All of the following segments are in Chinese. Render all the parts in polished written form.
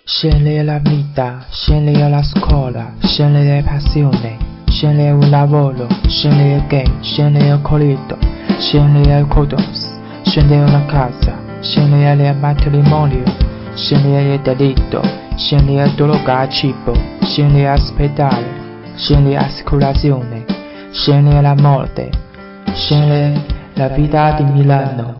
Scegli la vita, scegli la scuola, scegli le passioni, scegli il lavoro, scegli il game, scegli il colito, scegli il codos, scegli una casa, scegli il matrimonio, scegli il delitto, scegli il droga a cibo, scegli l'ospedale, scegli l'assicurazione, scegli la morte, scegli la vita di Milano.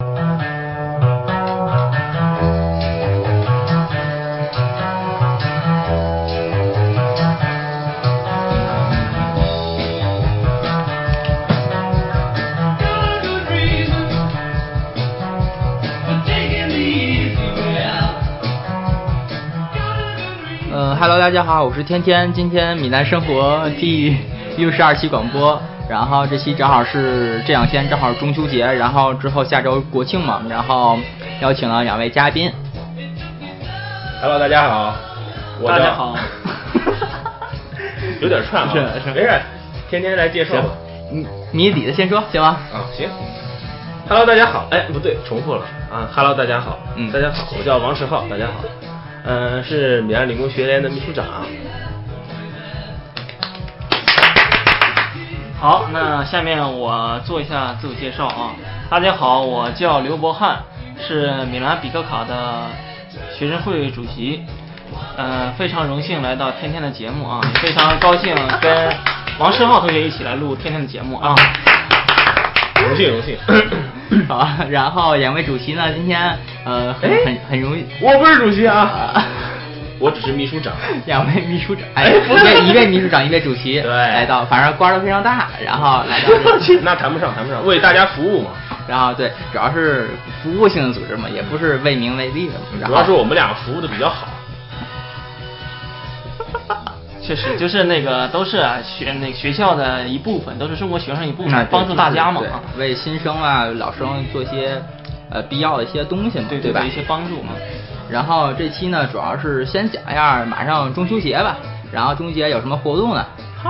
Hello， 大家好，我是天天。今天米兰生活第62期广播，然后这期正好是这两天正好是中秋节，然后之后下周国庆嘛，然后邀请了两位嘉宾。 Hello， 大家好， 大家好， 有点串啊， 是没事，天天来介绍吧。 你李的先说行吗？ 行。Hello， 大家好，不对，重复了啊。Hello， 大家好，大家好，我叫王石浩，大家好。是米兰理工学联的秘书长。 好，那下面我做一下自我介绍啊。大家好，我叫刘博翰，是米兰比克卡的学生会主席。非常荣幸来到天天的节目啊，非常高兴跟王世浩同学一起来录天天的节目啊。 荣幸。 好，然后两位主席呢，今天很容易， 我不是主席啊，我只是秘书长。 两位秘书长，一位秘书长，一位主席， 对， 来到，反正官都非常大，然后来到那谈不上，为大家服务嘛。 然后对，主要是服务性的组织嘛，也不是为名为利的嘛。 主要是我们俩服务的比较好。 确实，就是那个都是学校的一部分，都是中国学生一部分，帮助大家嘛， 对，为新生啊、老生做一些必要的一些东西嘛， 对吧？ 一些帮助嘛。 然后这期呢，主要是先讲一下马上中秋节吧，然后中秋节有什么活动呢？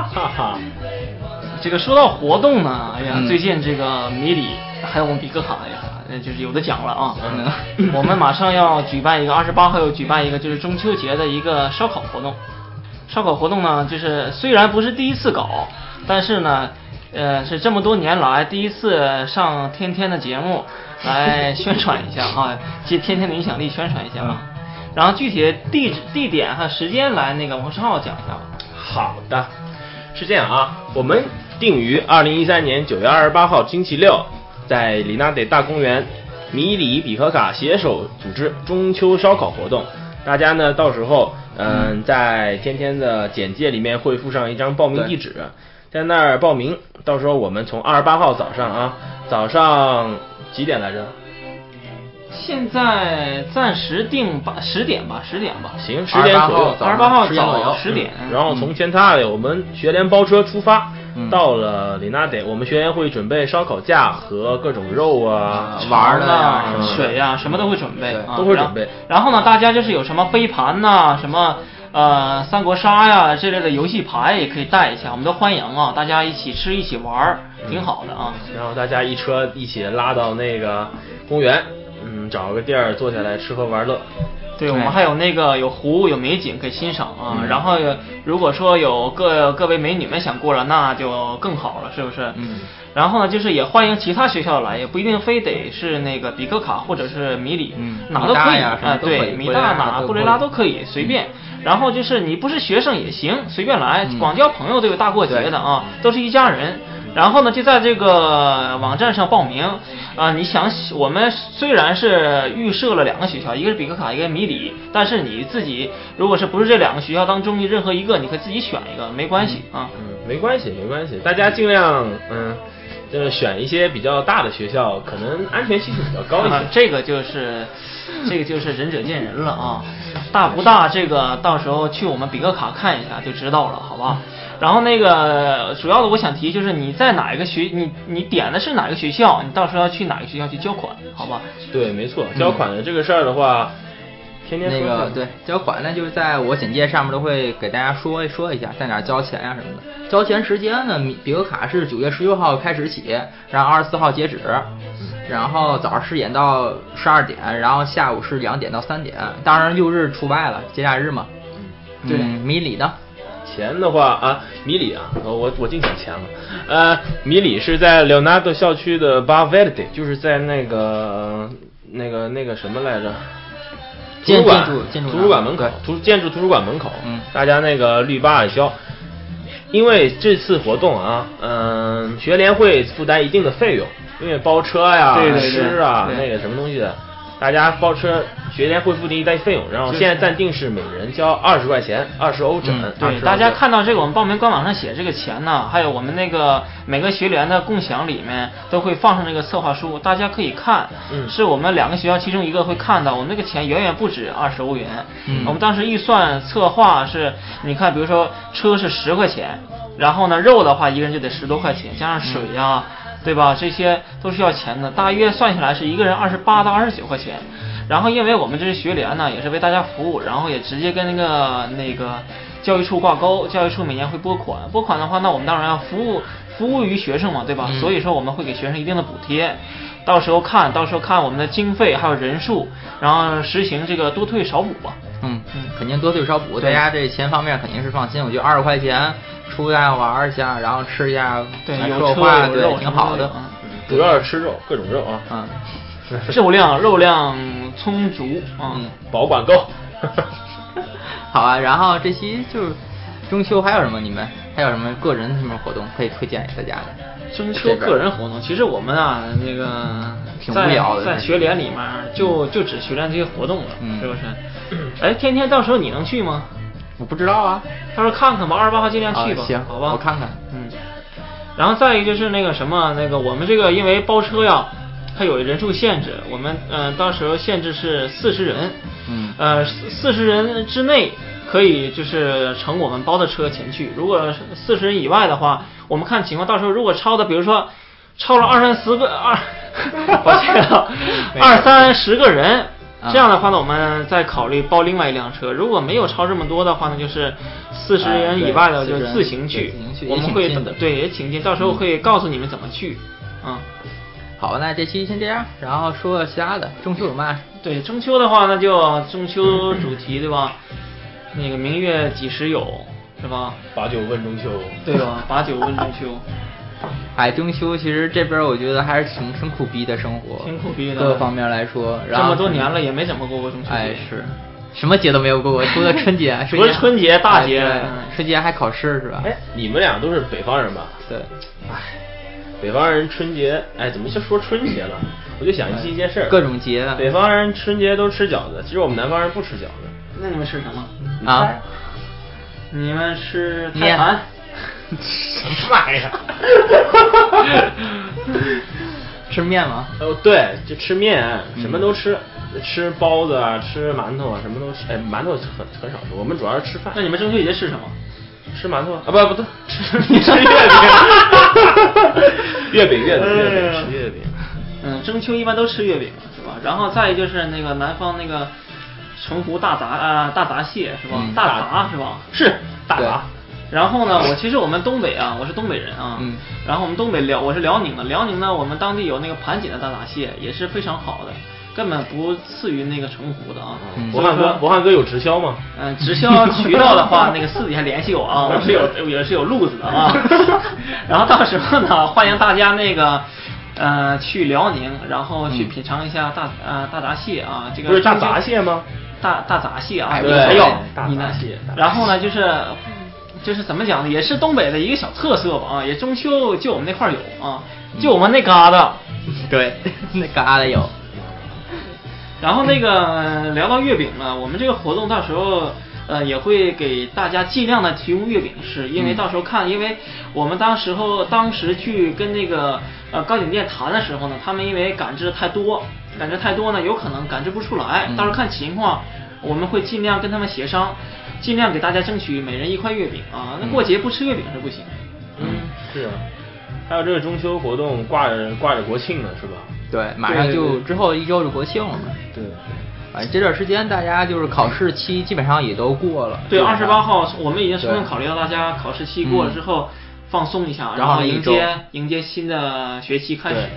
这个说到活动呢，最近这个米里还有我们比克卡就是有的讲了啊。我们马上要举办一个28号，又举办一个就是中秋节的一个烧烤活动。烧烤活动呢，就是虽然不是第一次搞，但是呢，是这么多年来第一次上天天的节目来宣传一下啊，借天天的影响力宣传一下啊。然后具体的地点和时间来那个王世浩讲一下吧。 好的，是这样啊，我们定于2013年9月28号星期六，在里纳德大公园米里比克卡携手组织中秋烧烤活动。大家呢到时候在天天的简介里面会附上一张报名地址，在那儿报名。到时候我们从28号早上几点来着？ 现在暂时定10点吧。 行，10点左右。 28号早10点。 然后从前塔我们学联包车出发，到了里纳德，我们学员会准备烧烤架和各种肉啊、 玩的水呀，什么都会准备， 都会准备。 然后呢，大家就是有什么飞盘呐，什么三国杀呀这类的游戏牌也可以带一下，我们都欢迎啊，大家一起吃一起玩，挺好的啊。 然后大家一车一起拉到那个公园，找个地儿坐下来吃喝玩乐。 对，我们还有那个有湖有美景可以欣赏啊。然后如果说有各位美女们想过来，那就更好了，是不是？然后呢，就是也欢迎其他学校来，也不一定非得是那个比克卡或者是米里，哪都可以对，米大哪布雷拉都可以随便。然后就是你不是学生也行，随便来，广交朋友都有大过节的啊，都是一家人。然后呢，就在这个网站上报名啊。你想，我们虽然是预设了2个学校，一个是比克卡，一个米里，但是你自己如果是不是这2个学校当中的任何一个，你可以自己选一个，没关系啊。 没关系，大家尽量就是选一些比较大的学校，可能安全系数比较高一些。 这个就是仁者见仁了啊，大不大这个到时候去我们比克卡看一下就知道了，好吧？然后那个主要的我想提就是你在哪一个你点的是哪个学校，你到时候要去哪个学校去交款，好吧？ 对，没错，交款的这个事儿的话，天天那个对交款呢，就是在我简介上面都会给大家说一下在哪交钱呀什么的。交钱时间呢，比克卡是9月16号开始起，然后24号截止。 然后早上10点到12点，然后下午是2点到3点。当然6日除外了，节假日嘛。 对， 米里呢？ 钱的话啊，米里啊，我净想钱了。米里是在 Leonardo 校区的 Bar Verde， 就是在那个什么来着？图书馆门口，建筑图书馆门口。大家那个绿巴尔肖。因为这次活动啊，学联会负担一定的费用，因为包车呀、吃啊那个什么东西的，大家包车，学联会付定一单费用，然后现在暂定是每人交20块钱，20欧整。 对，大家看到这个我们报名官网上写这个钱呢，还有我们那个每个学联的共享里面都会放上这个策划书，大家可以看。是我们2个学校其中一个会看到，我们那个钱远远不止20欧元。我们当时预算策划是，你看，比如说车是10块钱，然后呢肉的话一个人就得10多块钱，加上水呀。对吧？这些都是要钱的，大约算下来是一个人28到29块钱。然后因为我们这是学联呢，也是为大家服务，然后也直接跟那个教育处挂钩，教育处每年会拨款的话，那我们当然要服务于学生嘛，对吧？所以说我们会给学生一定的补贴。到时候看我们的经费还有人数，然后实行这个多退少补吧。 肯定多退少补，大家这钱方面肯定是放心。我觉得20块钱出来玩一下，然后吃一下， 对， 有车有肉，挺好的。 主要是吃肉，各种肉啊。 肉量充足啊， 保管够。 好啊，然后这期就是中秋还有什么？你们还有什么个人什么活动可以推荐给大家的？ 中秋个人活动，其实我们啊那个挺无聊的， 在学联里面就只学联这些活动了，是不是？哎，天天到时候你能去吗？ 我不知道啊， 到时候看看吧，28号尽量去吧。 行， 好吧， 我看看。 然后再一个就是那个什么，那个我们这个因为包车呀，它有人数限制，我们到时候限制是40人，40人之内可以就是乘我们包的车前去，如果40人以外的话，我们看情况，到时候如果超的，比如说超了20-30个人。这样的话呢，我们再考虑包另外一辆车。如果没有超这么多的话呢，就是40人以外的就自行去。我们会也挺近，到时候会告诉你们怎么去。 好，那这期先这样，然后说其他的。中秋有嘛？ 对，中秋的话那就中秋主题对吧？那个明月几时有是吧 ？89问中秋， 对吧？89问中秋。 中秋其实这边我觉得还是挺苦逼的生活， 挺苦逼的， 各方面来说。 这么多年了也没怎么过中秋节。 是，什么节都没有过，除了春节。 除了春节大节， 春节还考试是吧？ 你们俩都是北方人吧？ 对。 北方人春节，怎么就说春节了？我就想起一件事， 各种节。 北方人春节都吃饺子，其实我们南方人不吃饺子。 那你们吃什么？你们吃面。 什么玩意儿？ 吃面吗？ 对，就吃面，什么都吃，吃包子啊，吃馒头啊，什么都吃。馒头很少吃，我们主要是吃饭。 那你们中秋节吃什么？ 吃馒头啊？不对，吃月饼。月饼，吃月饼。 中秋一般都吃月饼是吧？然后再就是那个南方那个城湖大闸蟹是吧？大闸是吧？是大闸。然后呢，我们东北啊，我是东北人啊，然后我们东北我是辽宁的，辽宁呢，我们当地有那个盘锦的大闸蟹，也是非常好的，根本不次于那个城湖的啊。 博汉哥有直销吗？ 直销渠道的话，那个私底下联系我啊，我是也是有路子的啊。然后到时候呢，欢迎大家那个去辽宁，然后去品尝一下大闸蟹啊，这个不是大闸蟹吗？ 大闸蟹啊， 对， 大闸蟹。然后呢，就是怎么讲呢，也是东北的一个小特色吧啊，也中秋就我们那块有啊，就我们那旮瘩， 对，那旮瘩有。 然后那个聊到月饼呢，我们这个活动到时候也会给大家尽量的提供月饼吃，因为到时候看，因为我们当时去跟那个糕点店谈的时候呢，他们因为赶制太多呢，有可能赶制不出来，到时候看情况，我们会尽量跟他们协商。尽量给大家争取每人1块月饼啊！那过节不吃月饼是不行。 是啊，还有这个中秋活动挂着国庆呢，是吧？ 对，马上就之后1周就国庆了嘛。 对。 这段时间大家就是考试期基本上也都过了。 对，28号我们已经充分考虑到大家考试期过了之后放松一下，然后迎接新的学期开始。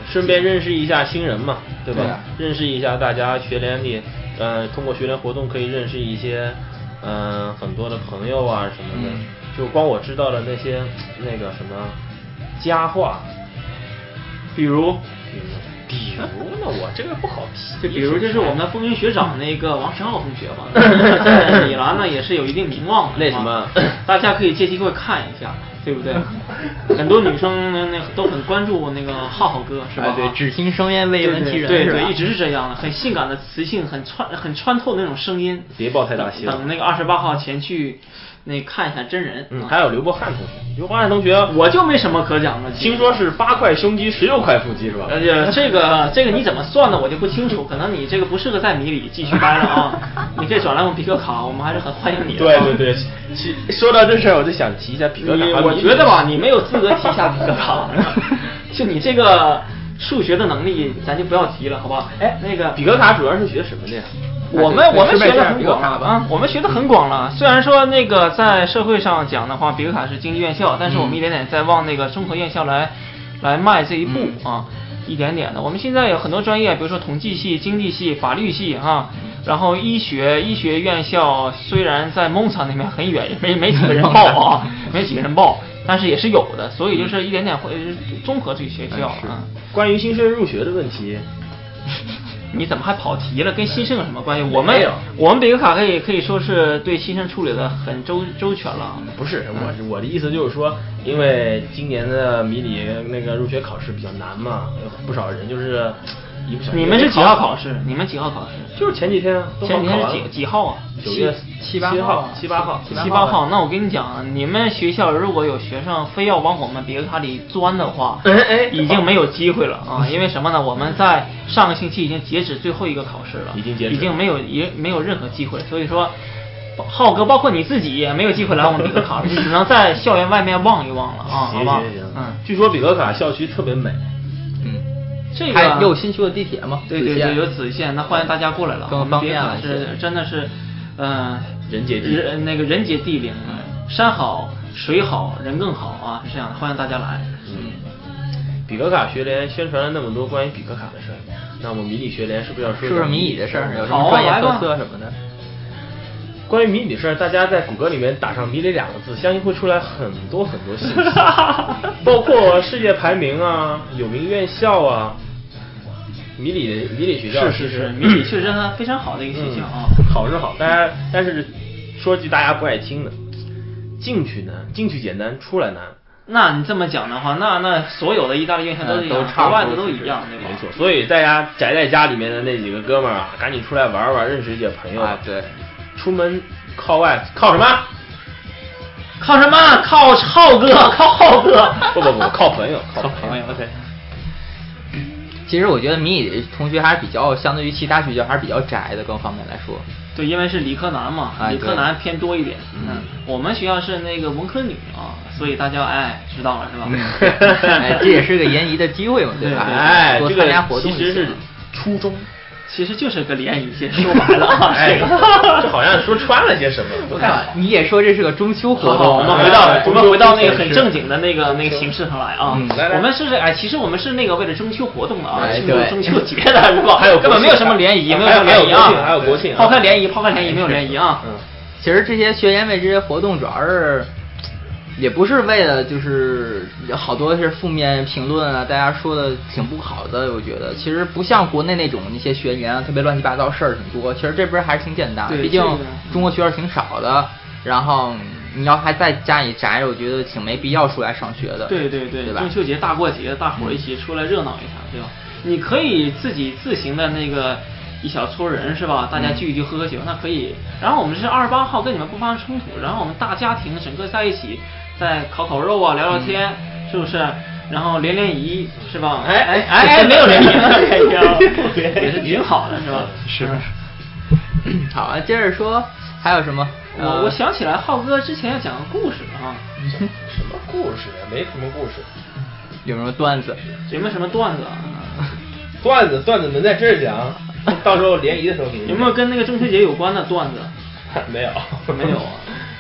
顺便认识一下新人嘛，对吧？ 对认识一下大家学联里，通过学联活动可以认识一些，很多的朋友啊什么的。就光我知道的那些那个什么佳话，比如呢，我这个不好提。 就比如就是我们的风云学长那个王晨浩同学吧，在米兰呢也是有一定名望的。 那什么， 大家可以借机会看一下，对不对？很多女生那都很关注那个浩哥，是吧？ 对，只听声音未闻其人， 对，一直是这样的，很性感的磁性，很穿透的那种声音。 别抱太大希望。 等那个28号前去。那看一下真人， 还有刘伯汉同学，刘伯汉同学， 我就没什么可讲的。 听说是8块胸肌16块腹肌是吧？ 这个你怎么算的我就不清楚，可能你这个不适合在米里继续待了啊。你可以转来我们皮克卡，我们还是很欢迎你的。 对，说到这事儿，我就想提一下皮克卡。 我觉得吧，你没有资格提一下皮克卡，就你这个数学的能力，咱就不要提了，好不好？哎，那个皮克卡主要是学什么的呀？ 我们学的很广啊，我们学的很广了。虽然说那个在社会上讲的话，比克卡是经济院校，但是我们一点点在往那个综合院校来迈这一步啊，一点点的。我们现在有很多专业，比如说统计系、经济系、法律系啊，然后医学院校虽然在蒙藏那边很远，没几个人报啊，没几个人报，但是也是有的，所以就是一点点会综合这个学校啊。 关于新生入学的问题。 你怎么还跑题了？跟新生有什么关系？我们比克卡可以说是对新生处理的很周全了。 不是，我的意思就是说，因为今年的米里那个入学考试比较难嘛，有不少人就是一不小心。 你们是几号考试？你们几号考试？ 就是前几天。 前几天是几号啊 ？9月7、8号。7、8 号。那我跟你讲，你们学校如果有学生非要往我们比克卡里钻的话，已经没有机会了啊！因为什么呢？我们在上个星期已经截止最后一个考试了，已经没有任何机会，所以说，浩哥包括你自己也没有机会来我们比克卡了，你只能在校园外面望一望了啊，好吧？ 据说比克卡校区特别美。 这个还有新修的地铁吗？ 对，有紫线，那欢迎大家过来了。 更方便了， 是真的是， 人杰地灵，山好水好人更好啊，是这样的，欢迎大家来。 比克卡学联宣传了那么多关于比克卡的事儿，那我们米里学联是不是要说米里的事儿？有什么专业特色什么的？ 关于米里的事儿，大家在谷歌里面打上米里2个字，相信会出来很多信息，包括世界排名啊、有名院校啊。米里学校是米里确实非常好的一个学校啊， 好是好，但是说句大家不爱听的，进去难，进去简单，出来难。 那你这么讲的话，那所有的意大利院校都一样，国外的都一样，对吧？ 没错，所以大家宅在家里面的那几个哥们儿啊，赶紧出来玩玩，认识一些朋友啊。对， 出门靠外，靠什么？ 靠什么？靠浩哥，靠浩哥。 不，靠朋友，靠朋友。对。 其实我觉得米里同学还是比较，相对于其他学校还是比较宅的，更方面来说。 对，因为是理科男嘛，理科男偏多一点。我们学校是那个文科女啊，所以大家知道了是吧？ 这也是个联谊的机会嘛，对吧？多参加活动。 其实是初中。 其实就是个联谊，说白了啊， 这好像说穿了些什么。 你也说这是个中秋活动， 我们回到那个很正经的那个形式上来啊。我们是其实我们是那个为了中秋活动的啊，庆祝中秋节的，如果根本没有什么联谊，没有什么联谊啊， 还有国庆， 抛开联谊没有联谊啊。 其实这些学联委这些活动主要是。也不是为了就是好多是负面评论啊，大家说的挺不好的，我觉得其实不像国内那种那些学联啊，特别乱七八糟事儿挺多。其实这边还是挺简单的，毕竟中国学生挺少的，然后你要还在家里宅，我觉得挺没必要出来上学的。 对吧？中秋节大过节，大伙儿一起出来热闹一下，对吧？你可以自行的那个一小撮人是吧？大家聚一聚喝酒那可以。然后我们是28号跟你们不发生冲突，然后我们大家庭整个在一起。再烤肉啊，聊聊天，是不是？然后联谊是吧？没有联谊，也是挺好的，是吧？ 是。好，接着说还有什么？ 我想起来，浩哥之前要讲个故事啊。 什么故事？没什么故事。 有什么段子？ 有没有什么段子啊？ 段子能在这儿讲？到时候联谊的时候给你。 有没有跟那个中秋节有关的段子？ 没有啊。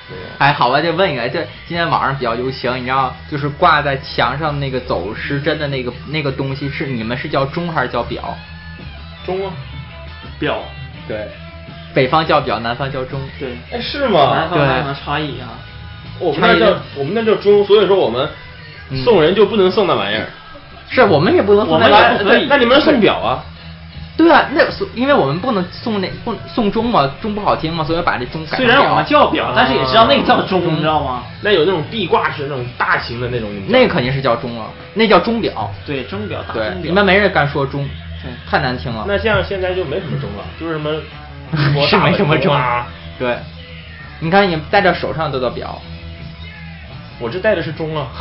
哎，好吧，就问一个，这今天网上比较流行，你知道，就是挂在墙上那个走时针的那个东西，是你们是叫钟还是叫表？ 钟啊， 表。 对，北方叫表，南方叫钟。 对， 哎，是吗？ 南方南方差异啊。 我们那叫钟，所以说我们送人就不能送那玩意儿。 是我们也不能送那玩意儿， 那你们送表啊？ 对啊，那因为我们不能送钟嘛，钟不好听嘛，所以把这钟改。 虽然我们叫表，但是也知道那个叫钟，你知道吗？ 那有那种壁挂式那种大型的那种， 那个肯定是叫钟了，那叫钟表。 对，钟表大钟表。 你们没人敢说钟，太难听了。 那这样现在就没什么钟了，就是什么是没什么钟啊。 对，你看你戴在手上都叫表。 我这戴的是钟啊。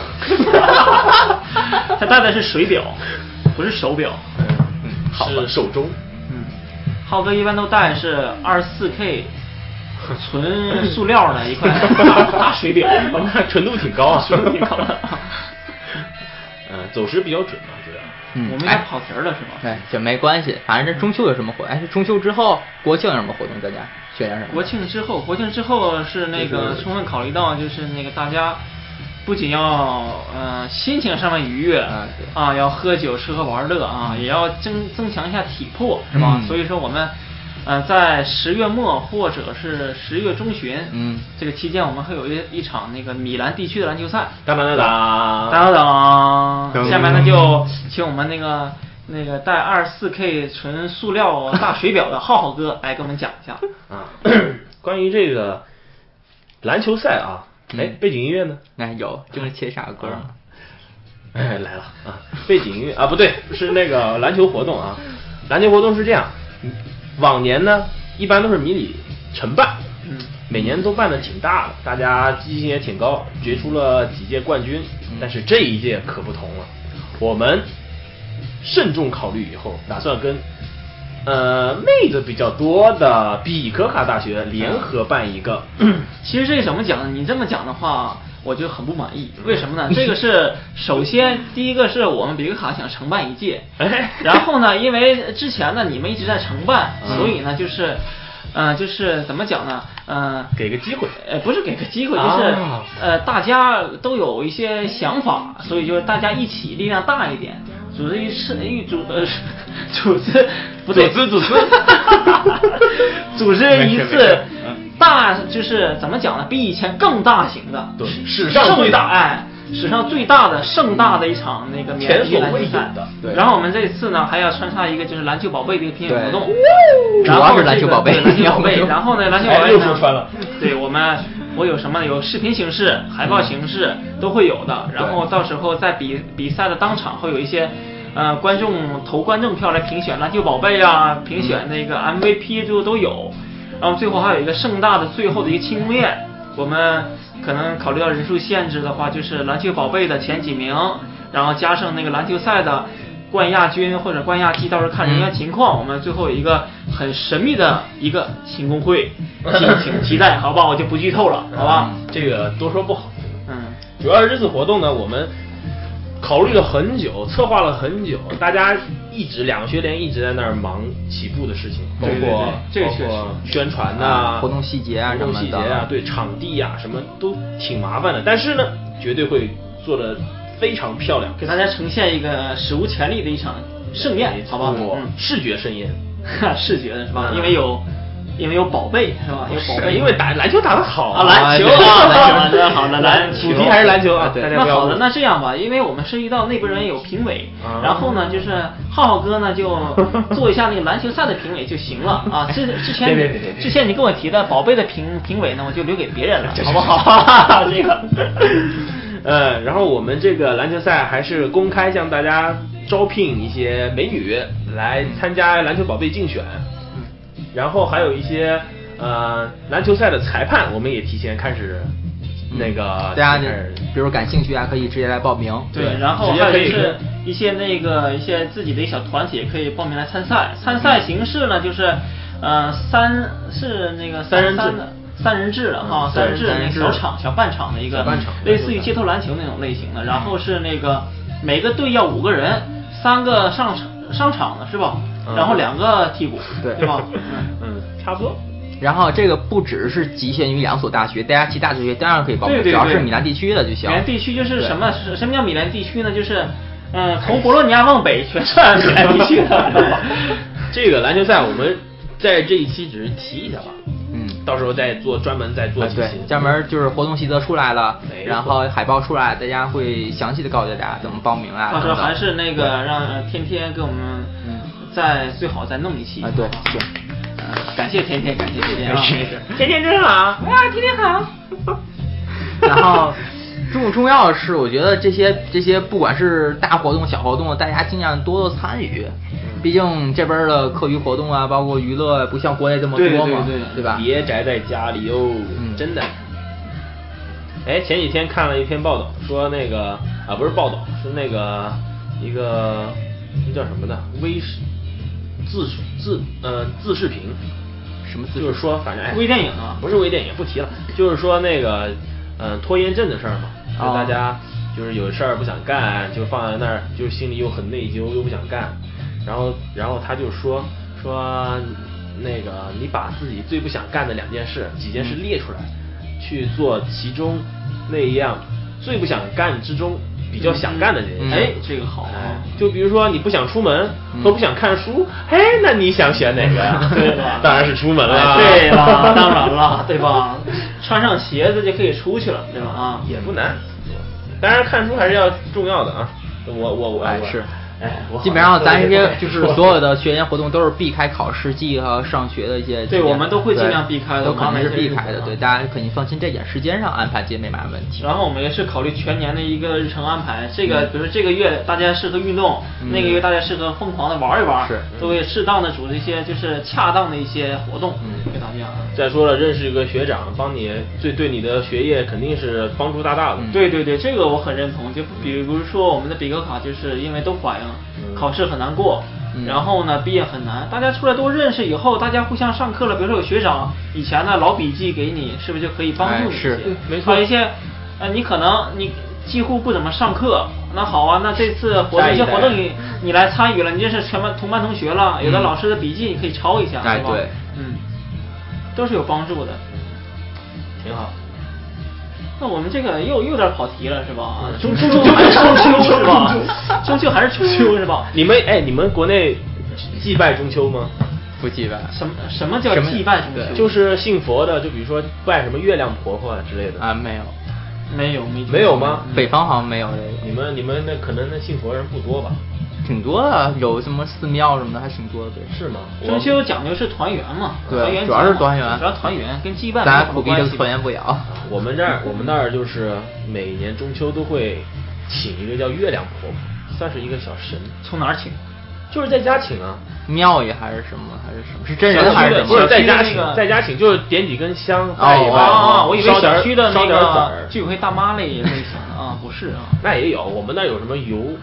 他戴的是水表，不是手表。 是手钟。 浩哥一般都戴是24K 纯塑料的一块大水表， 纯度挺高啊， 纯度挺高的。 走时比较准嘛，对吧？ 我们应该跑题了是吧？ 对，这没关系，反正这中秋有什么活？中秋之后国庆有什么活动？大家宣传什么？ 国庆之后是那个充分考虑到就是那个大家。不仅要心情上面愉悦要喝酒吃喝玩乐也要增强一下体魄是吧？所以说我们在10月末或者是10月中旬这个期间，我们会有一场那个米兰地区的篮球赛。 当， 下面呢就请我们那个戴24K 纯塑料大水表的浩哥来跟我们讲一下关于这个篮球赛啊。背景音乐呢？ 有，就是切啥歌嘛？ 来了啊！背景音乐啊，不对，是那个篮球活动啊。篮球活动是这样，往年呢一般都是迷你承办，每年都办的挺大的，大家积极性也挺高，决出了几届冠军。但是这一届可不同了，我们慎重考虑以后，打算跟妹子比较多的比可卡大学联合办一个。 其实这个怎么讲呢？你这么讲的话，我就很不满意。为什么呢？这个是首先第一个是我们比可卡想承办一届，然后呢，因为之前呢你们一直在承办，所以呢就是怎么讲呢？ 给个机会， 不是给个机会，就是大家都有一些想法，所以就是大家一起力量大一点。组织一次大，就是怎么讲呢？比以前更大型的， 对，史上最大， 史上最大的盛大的一场那个前所未有的。对。然后我们这次呢还要穿插一个就是篮球宝贝的一个拼演活动， 主要是篮球宝贝， 然后呢篮球宝贝又说穿了， 对我有什么有视频形式、海报形式都会有的，然后到时候在比赛的当场会有一些观众票来评选篮球宝贝啊，评选那个 MVP 都有，然后最后还有一个盛大的最后的一个庆功宴。我们可能考虑到人数限制的话，就是篮球宝贝的前几名，然后加上那个篮球赛的冠亚军或者冠亚季，到时候看人员情况，我们最后有一个很神秘的一个庆功会，敬请期待，好吧？我就不剧透了，好吧？ 这个多说不好。主要是这次活动呢，我们考虑了很久，策划了很久，大家2个学联一直在那儿忙起步的事情，包括宣传呐、 活动细节啊什么的，对场地啊什么都挺麻烦的，但是呢，绝对会做的非常漂亮， 给大家呈现一个史无前例的一场盛宴，好吧？ 视觉盛宴， 视觉的是吧？因为有宝贝是吧？有宝贝， 因为篮球打得好啊，篮球好的篮球， 主题还是篮球啊。 那好的，那这样吧，因为我们涉及到内部人有评委，然后呢，就是浩哥呢就做一下那个篮球赛的评委就行了啊。之前你跟我提的宝贝的评委呢，我就留给别人了，好不好？这个。 然后我们这个篮球赛还是公开向大家招聘一些美女来参加篮球宝贝竞选。然后还有一些篮球赛的裁判，我们也提前开始那个， 大家比如感兴趣啊，可以直接来报名。 对，然后还有就是一些自己的小团体也可以报名来参赛。参赛形式呢，就是三人制的哈，三人制那个小半场的一个，类似于街头篮球那种类型的。然后是那个每个队要5个人，3个上场的是吧？然后2个替补，对吧？ 差不多。 然后这个不只是局限于2所大学，大家其他大学当然可以报名，只要是米兰地区的就行。 米兰地区就是什么叫米兰地区呢？就是从博洛尼亚往北全算米兰地区的。 这个篮球赛我们在这一期只是提一下吧。到时候专门再做几期。 对，专门就是活动细则出来了，然后海报出来，大家会详细的告诉大家怎么报名啊。 到时候还是那个让天天给我们最好再弄一期。 对，行。 感谢天天，感谢天天啊！ 天天真好啊！ 天天好。 然后重要的是，我觉得这些不管是大活动、小活动，大家尽量多参与。毕竟这边的课余活动啊，包括娱乐，不像国内这么多嘛，对吧？ 别宅在家里哦，真的。哎，前几天看了一篇报道，说那个不是报道，是那个一个那叫什么的自视频。 什么自？ 就是说，反正微电影啊， 不是微电影，不提了。就是说那个拖延症的事儿嘛，就大家就是有事儿不想干，就放在那儿，就心里又很内疚，又不想干。然后他就说那个你把自己最不想干的几件事列出来，去做其中那一样最不想干之中比较想干的这件事。 这个好。 就比如说你不想出门和不想看书，那你想选哪个呀？ 对吧？ 当然是出门了。 对了，当然了，对吧？穿上鞋子就可以出去了，对吧？啊， 也不难。当然看书还是要重要的啊。我是。基本上咱这些就是所有的学业活动都是避开考试季和上学的一些。 对，我们都会尽量避开的， 都肯定是避开的。对，大家肯定放心，这点时间上安排这没嘛问题。 然后我们也是考虑全年的一个日程安排。比如说这个月大家适合运动，那个月大家适合疯狂的玩一玩，都会适当的组织一些就是恰当的一些活动给大家。 再说了，认识一个学长，帮你对你的学业肯定是帮助大大的。 对，这个我很认同。就比如说我们的比格卡，就是因为都反映考试很难过，然后呢毕业很难，大家出来都认识以后，大家互相上课了，比如说有学长以前的老笔记给你，是不是就可以帮助你一些？ 没错。 还有一些你可能你几乎不怎么上课，那好啊，那这次一些活动你来参与了，你认识同班同学了，有的老师的笔记你可以抄一下，是吧？ 对， 都是有帮助的， 挺好。 那我们这个又有点跑题了，是吧？中秋还是中秋是吧？中秋还是中秋是吧？ 你们国内祭拜中秋吗？ 不祭拜。 什么叫祭拜中秋？ 就是信佛的，就比如说拜什么月亮婆婆之类的啊，没有。 没有吗？ 北方好像没有这个。 你们那可能那信佛人不多吧？ 挺多的，有什么寺庙什么的，还挺多的。对， 是吗？ 中秋讲究是团圆嘛， 对，主要是团圆， 主要团圆跟祭拜咱苦逼就团圆不了。 我们那儿就是每年中秋都会请一个叫月亮婆婆，算是一个小神。 从哪儿请？ 就是在家请啊。 庙里还是什么？是真人还是什么？ 不是在家请，就是点几根香，拜一拜。 我以为小区的那个居委会大妈类也类型的啊，不是啊。 那也有，我们那有什么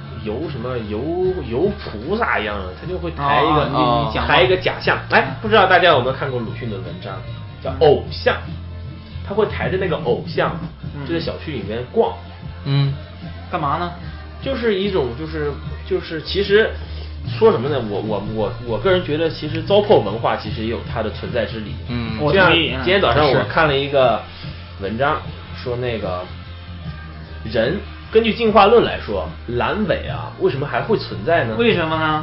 游菩萨一样的，他就会抬一个假象。不知道大家有没有看过鲁迅的文章，叫偶像，他会抬着那个偶像，就在小区里面逛。 干嘛呢？ 就是一种就是其实。说什么呢？我个人觉得，其实糟粕文化其实也有它的存在之理。 我像今天早上我看了一个文章，说那个人根据进化论来说，阑尾啊为什么还会存在呢？ 为什么呢？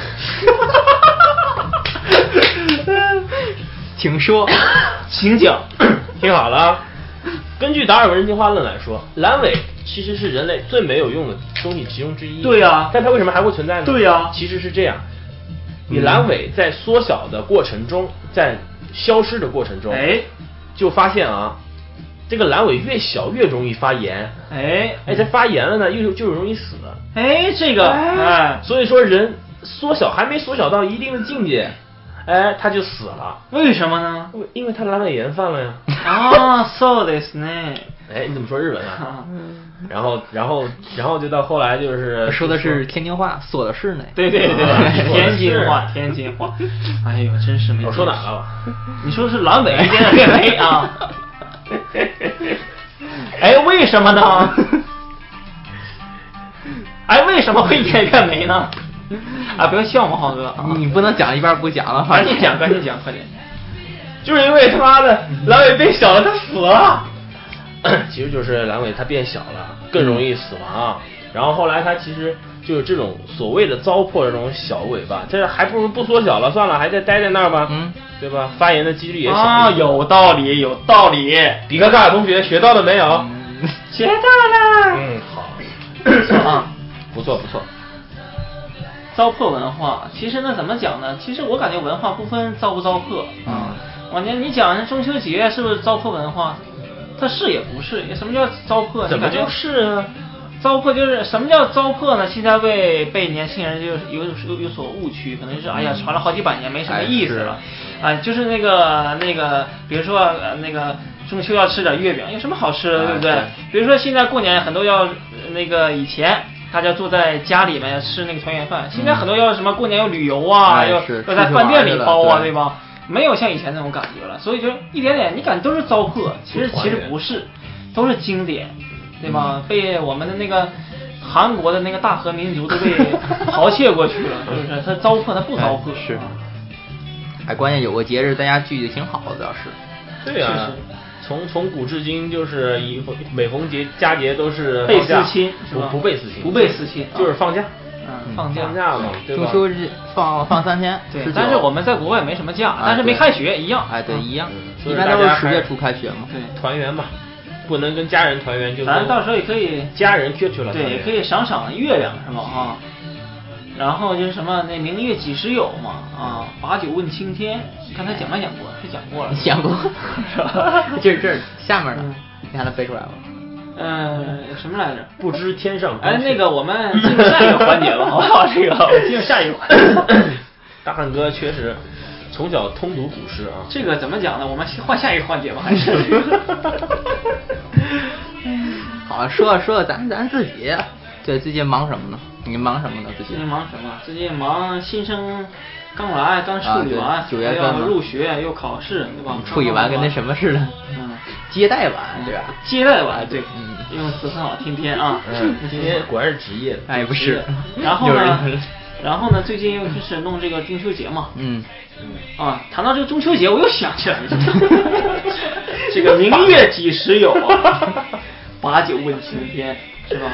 请说， 请讲，听好了。根据达尔文进化论来说，阑尾其实是人类最没有用的东西其中之一。 对呀， 但它为什么还会存在呢？ 对呀， 其实是这样，你阑尾在缩小的过程中，在消失的过程中，就发现啊，这个阑尾越小越容易发炎，它发炎了呢，就容易死。 这个， 所以说人还没缩小到一定的境界。他就死了， 为什么呢？ 因为他阑尾炎犯了呀。 そうですね。 你怎么说日文啊？然后就到后来就是说的是天津话，说的是呢。 对，天津话。哎呦，真是没。 我说哪了？ 你说的是阑尾变没啊？为什么呢？为什么会变没呢？不要笑嘛，浩哥！ 你不能讲一半不讲了， 赶紧讲，快点。 就是因为他妈的阑尾变小了，他死了。其实就是阑尾它变小了，更容易死亡。然后后来他其实就是这种所谓的糟粕的这种小尾巴，这还不如不缩小了，算了，还在待在那儿吧，对吧？发炎的几率也小。 啊，有道理，有道理。 比克卡同学学到了没有？ 学到了。 好， 不错啊， 不错不错。 糟粕文化，其实呢怎么讲呢？其实我感觉文化不分糟不糟粕啊。往年你讲中秋节是不是糟粕文化？它是也不是。什么叫糟粕？ 怎么就是啊？ 糟粕就是什么叫糟粕呢？现在被年轻人就有所误区，可能就是哎呀传了好几百年没什么意思了，就是那个，比如说那个中秋要吃点月饼，有什么好吃的，对不对？比如说现在过年很多要那个以前大家坐在家里面吃那个团圆饭，现在很多要什么过年要旅游啊，要在饭店里包啊，对吧？没有像以前那种感觉了，所以就一点点你感觉都是糟粕，其实不是，都是经典。对吧？被我们的那个韩国的那个大和民族都被剽窃过去了，是不是？它糟粕，它不糟粕。 是。关键有个节日大家聚的挺好的，倒是。 对啊。从古至今就是每逢佳节都是被思亲， 不被思亲， 不被思亲， 就是放假。 放假嘛， 中秋日放3天。 对，但是我们在国外没什么假，但是没开学一样。 对，一样。一般都是10月初开学嘛。 对， 团圆嘛。不能跟家人团圆，就咱到时候也可以家人缺了， 对，也可以赏月亮是吧？啊，然后就是什么那明月几时有嘛把酒问青天，刚才讲没讲过？是讲过了， 讲过是吧？就是这下面的，你还能背出来吗？ 什么来着？ 不知天上。 那个我们进入下一个环节吧，好不好？这个我进入下一个环节。 大汉哥确实。从小通读古诗啊， 这个怎么讲呢？我们换下一个环节吧，还是？ 好，说咱自己，对，最近忙什么呢？你忙什么呢？ 最近忙什么？最近忙新生刚来，刚处理完 ，9月份要入学又考试，对吧？ 处理完跟那什么似的，接待完，对吧？ 接待完，对，用词很好，天天啊， 今天果然是职业， 不是。 然后呢，最近又开始弄这个中秋节嘛，谈到这个中秋节，我又想起来了，这个明月几时有，把酒问青天，是吧？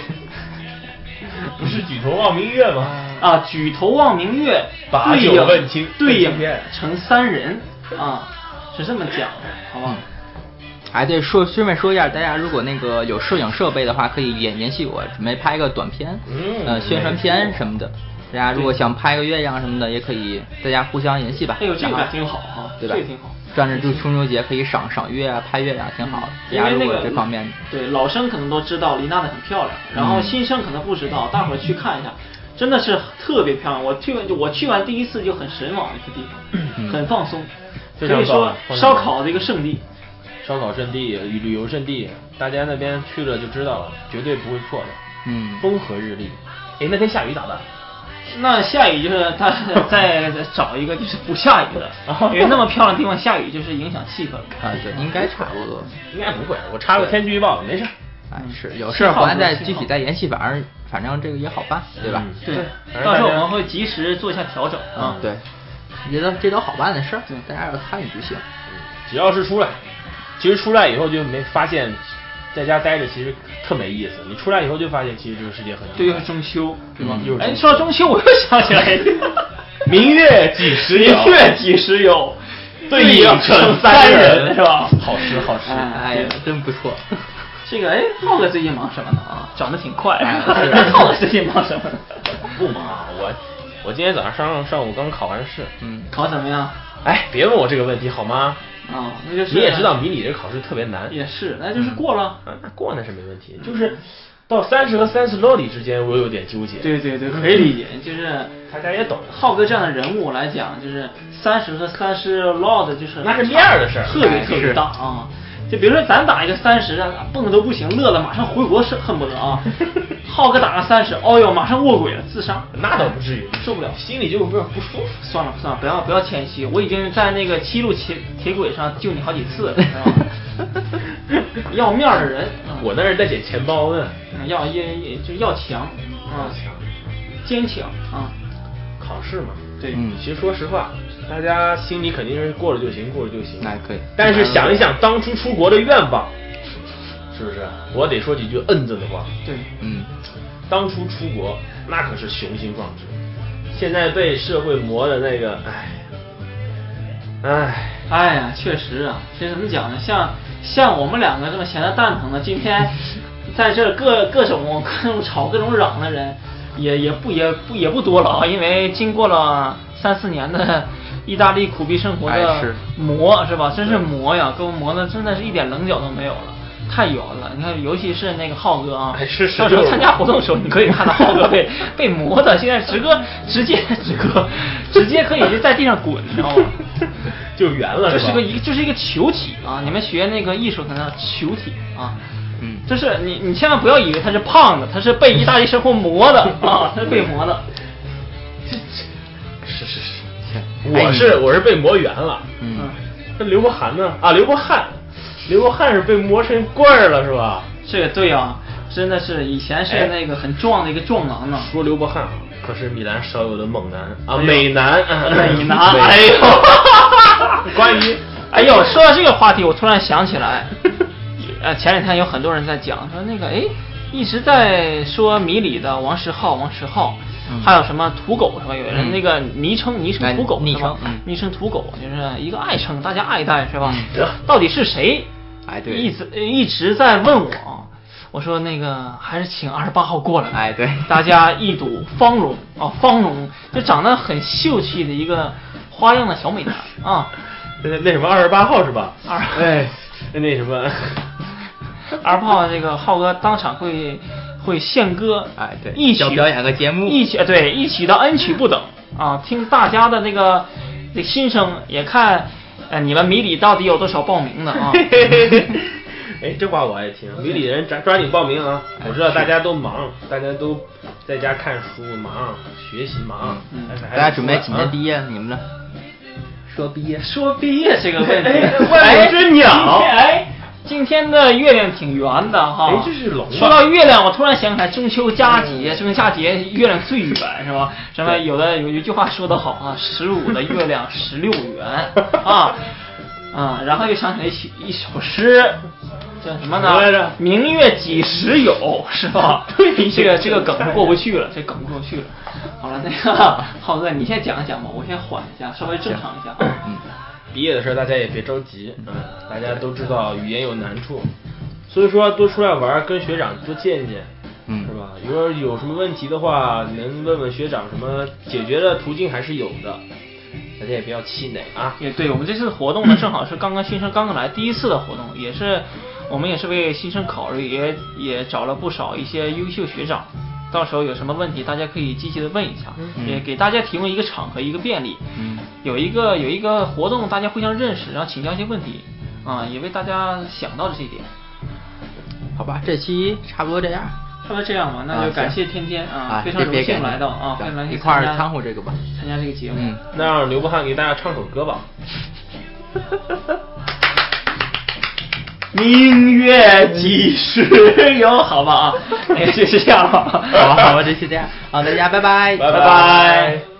不是举头望明月吗？ 举头望明月， 把酒问青天， 对应成3人是这么讲的，好不好？ 对，顺便说一下，大家如果那个有摄影设备的话，可以联系我，准备拍一个短片，宣传片什么的。大家如果想拍个月亮什么的，也可以大家互相联系吧。 这个挺好哈， 对吧？ 这个挺好。 转着就中秋节可以赏月啊，拍月亮挺好的。 因为那个这方面， 对老生可能都知道黎娜的很漂亮，然后新生可能不知道，大伙儿去看一下，真的是特别漂亮。我去完第一次就很神往一个地方，很放松，可以说烧烤的一个圣地。 烧烤圣地、旅游圣地，大家那边去了就知道了，绝对不会错的。风和日丽。那天下雨咋办？ 那下雨就是他再找一个就是不下雨的，因为那么漂亮的地方下雨就是影响气氛对，应该差不多。 应该不会，我查个天气预报，没事。 是有事回来再具体再联系，反正这个也好办，对吧？ 对，到时候我们会及时做一下调整对，这都好办的事儿，对，大家要参与就行。 只要是出来，其实出来以后就没发现。在家待着其实特没意思，你出来以后就发现其实这个世界很对，又是中秋，对吧？ 说到中秋，我又想起来， 明月几时有？ 明月几时有？ 对应成3人， 是吧？ 好诗， 真不错。 这个浩哥最近忙什么呢？长得挺快。浩哥最近忙什么呢？ 不忙，我今天早上上午刚考完试， 考怎么样？ 别问我这个问题好吗？ 那就是你也知道迷你这个考试特别难， 也是，那就是过了， 那过那是没问题，就是到30和30落里之间，我有点纠结。 对，可以理解，就是大家也懂。 浩哥这样的人物来讲，就是30和30落的，就是那是面儿的事儿， 特别大就比如说咱打一个30，蹦的都不行，乐了马上回国是恨不得浩哥打个30，哦哟，马上卧轨了，自杀。 那倒不至于， 受不了， 心里就有点不舒服。 算了，不要谦虚，我已经在那个7路铁轨上救你好几次了，知道吗？要面的人， 我那是在捡钱包呢。 就是要强坚强考试嘛， 对， 其实说实话， 大家心里肯定是过了就行，过了就行。 那可以。 但是想一想当初出国的愿望，是不是？我得说几句摁着的话。 对， 当初出国那可是雄心壮志，现在被社会磨的那个， 哎呀，确实啊，这怎么讲呢？像我们两个这么闲得蛋疼的，今天在这各种吵各种嚷的人，也不多了啊，因为经过了3-4年的意大利苦逼生活的磨，是吧？真是磨呀，给我磨的真的是一点棱角都没有了。太远了，你看，尤其是那个浩哥啊，到时候参加活动的时候，你可以看到浩哥被磨的，现在直接可以在地上滚，你知道吗？ 就圆了， 就是一个球体啊！你们学那个艺术可能叫球体啊，就是你千万不要以为他是胖的，他是被意大利生活磨的啊，他是被磨的。 是，我是被磨圆了。那刘伯涵呢？啊，刘伯涵是被磨成棍儿了，是吧？ 这个对啊，真的是以前是那个很壮的一个壮男呢。 说刘伯涵可是米兰少有的猛男啊，美男。 哎呦，说到这个话题，我突然想起来，前两天有很多人在讲说那个一直在说迷里的王石浩，还有什么土狗是吧？有人那个昵称土狗，昵称土狗，就是一个爱称，大家爱戴是吧？到底是谁？ 对， 一直在问我说那个还是请28号过来， 对， 大家一睹芳容，就长得很秀气的一个花样的小美男啊。 那什么28号是吧？那什么 28号这个浩哥当场会献歌， 对， 一起表演个节目， 一起到 N 曲不等啊，听大家的这个心声，也看你们迷里到底有多少报名的啊。 这话我爱听，迷里人抓紧报名啊！我知道大家都忙，大家都在家看书忙，学习忙， 大家准备几年毕业？你们呢？说毕业这个问题， 万有只鸟。 今天的月亮挺圆的哈。 这是龙。 说到月亮，我突然想起来中秋佳节，月亮最圆是吧？什么有一句话说得好啊，15的月亮16圆然后又想起来一首诗，叫什么呢？明月几时有，是吧？这个梗过不去了，好了，那个浩哥，你先讲一讲吧，我先缓一下，稍微正常一下。 毕业的事大家也别着急，大家都知道语言有难处，所以说多出来玩，跟学长多见见，是吧？如果有什么问题的话，能问问学长，什么解决的途径还是有的，大家也不要气馁啊。 也对，我们这次活动呢，正好是新生刚刚来第一次的活动，我们也是为新生考虑，也找了不少一些优秀学长。到时候有什么问题，大家可以积极的问一下，也给大家提供一个场合，一个便利。有一个活动，大家互相认识，然后请教一些问题也为大家想到了这一点。 好吧，这期差不多这样。 吧，那就感谢天天非常荣幸来到非常荣幸一块儿参与这个吧， 参加这个节目。 那让刘伯涵给大家唱首歌吧。 明月几时有？好吧就是这样吧。 好吧，这期这样，大家拜拜， 拜拜。